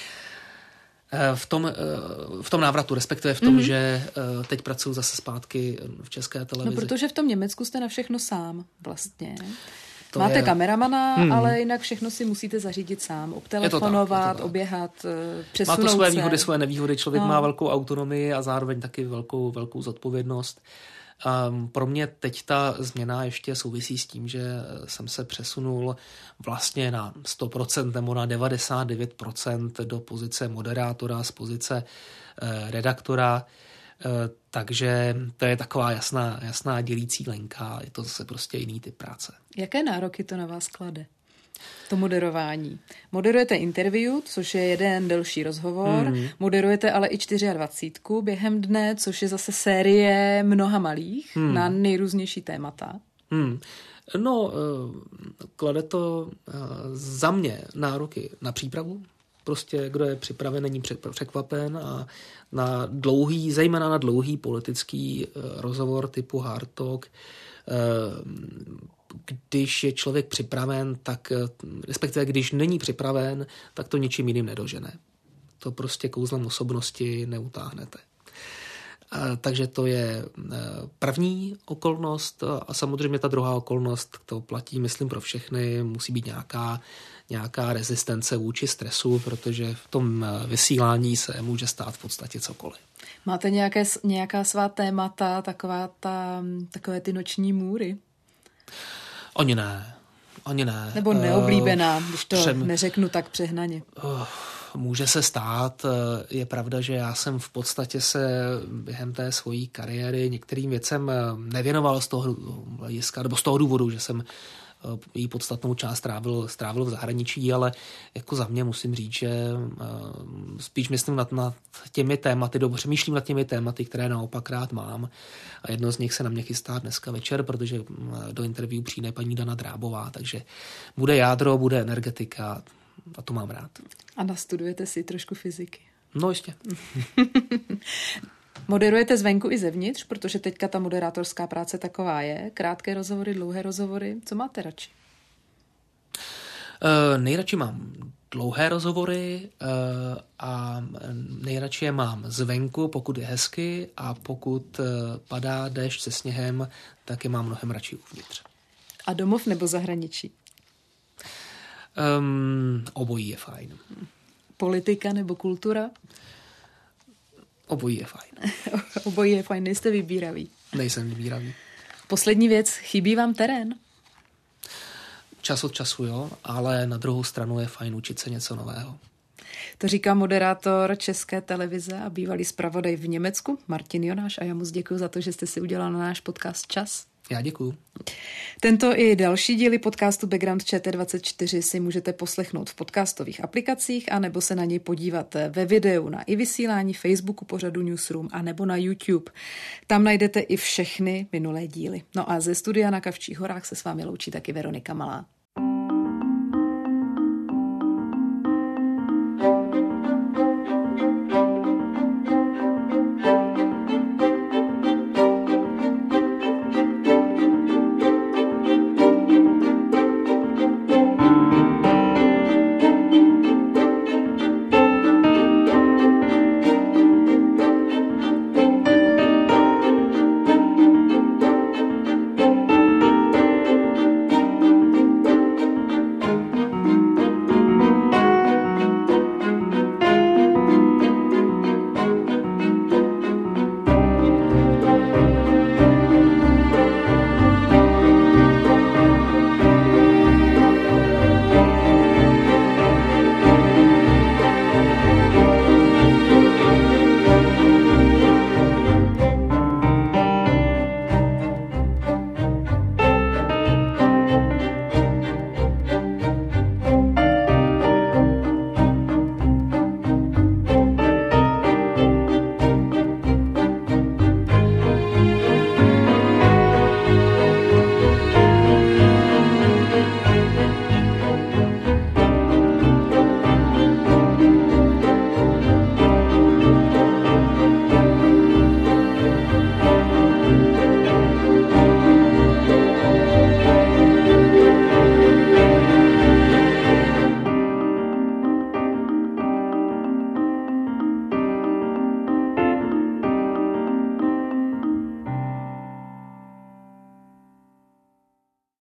V tom, v tom návratu, respektive v tom, mm-hmm. že teď pracuji zase zpátky v České televizi. No, protože v tom Německu jste na všechno sám vlastně. To Máte je... kameramana, hmm. Hmm. ale jinak všechno si musíte zařídit sám. Obtelefonovat, tak, oběhat, přesunout se. Má to své výhody, své nevýhody. Člověk no. má velkou autonomii a zároveň taky velkou, velkou zodpovědnost. Um, pro mě teď ta změna ještě souvisí s tím, že jsem se přesunul vlastně na sto procent nebo na devadesát devět procent do pozice moderátora, z pozice uh, redaktora. Uh, takže to je taková jasná, jasná dělící lenka. Je to zase prostě jiný typ práce. Jaké nároky to na vás klade? To moderování. Moderujete interview, což je jeden delší rozhovor, hmm. moderujete ale i dvacet čtyři během dne, což je zase série mnoha malých hmm. na nejrůznější témata. Hmm. No, klade to za mě nároky na přípravu. Prostě kdo je připraven, není překvapen a na dlouhý, zejména na dlouhý politický rozhovor typu Hard Talk, když je člověk připraven, tak respektive když není připraven, tak to ničím jiným nedožene. To prostě kouzlem osobnosti neutáhnete. Takže to je první okolnost a samozřejmě ta druhá okolnost, to platí, myslím, pro všechny, musí být nějaká, nějaká rezistence vůči stresu, protože v tom vysílání se může stát v podstatě cokoliv. Máte nějaké, nějaká svá témata, taková ta, takové ty noční můry? Oni ne. Ani ne. Nebo neoblíbená, uh, když to přem... neřeknu tak přehnaně. Uh, může se stát. Je pravda, že já jsem v podstatě se během té svojí kariéry některým věcem nevěnoval z toho hlediska, nebo z toho důvodu, že jsem jí podstatnou část strávil, strávil v zahraničí, ale jako za mě musím říct, že spíš myslím nad, nad těmi tématy, dobře přemýšlím nad těmi tématy, které naopak rád mám. A jedno z nich se na mě chystá dneska večer, protože do interview přijde paní Dana Drábová, takže bude jádro, bude energetika a to mám rád. A nastudujete si trošku fyziky. No ještě. Moderujete zvenku i zevnitř, protože teďka ta moderátorská práce taková je. Krátké rozhovory, dlouhé rozhovory. Co máte radši? Uh, nejradši mám dlouhé rozhovory uh, a nejradši je mám zvenku, pokud je hezky, a pokud uh, padá déšť se sněhem, tak je mám mnohem radši uvnitř. A domov nebo zahraničí? Um, obojí je fajn. Politika nebo kultura? Obojí je fajn. Obojí je fajn, nejste vybíravý. Nejsem vybíravý. Poslední věc, chybí vám terén? Čas od času, jo, ale na druhou stranu je fajn učit se něco nového. To říká moderátor České televize a bývalý zpravodaj v Německu Martin Jonáš a já moc děkuji za to, že jste si udělal na náš podcast čas. Já děkuju. Tento i další díly podcastu Background Č T dvacet čtyři si můžete poslechnout v podcastových aplikacích a nebo se na něj podívat ve videu na i vysílání Facebooku pořadu Newsroom a nebo na YouTube. Tam najdete i všechny minulé díly. No a ze studia na Kavčích horách se s vámi loučí taky Veronika Malá.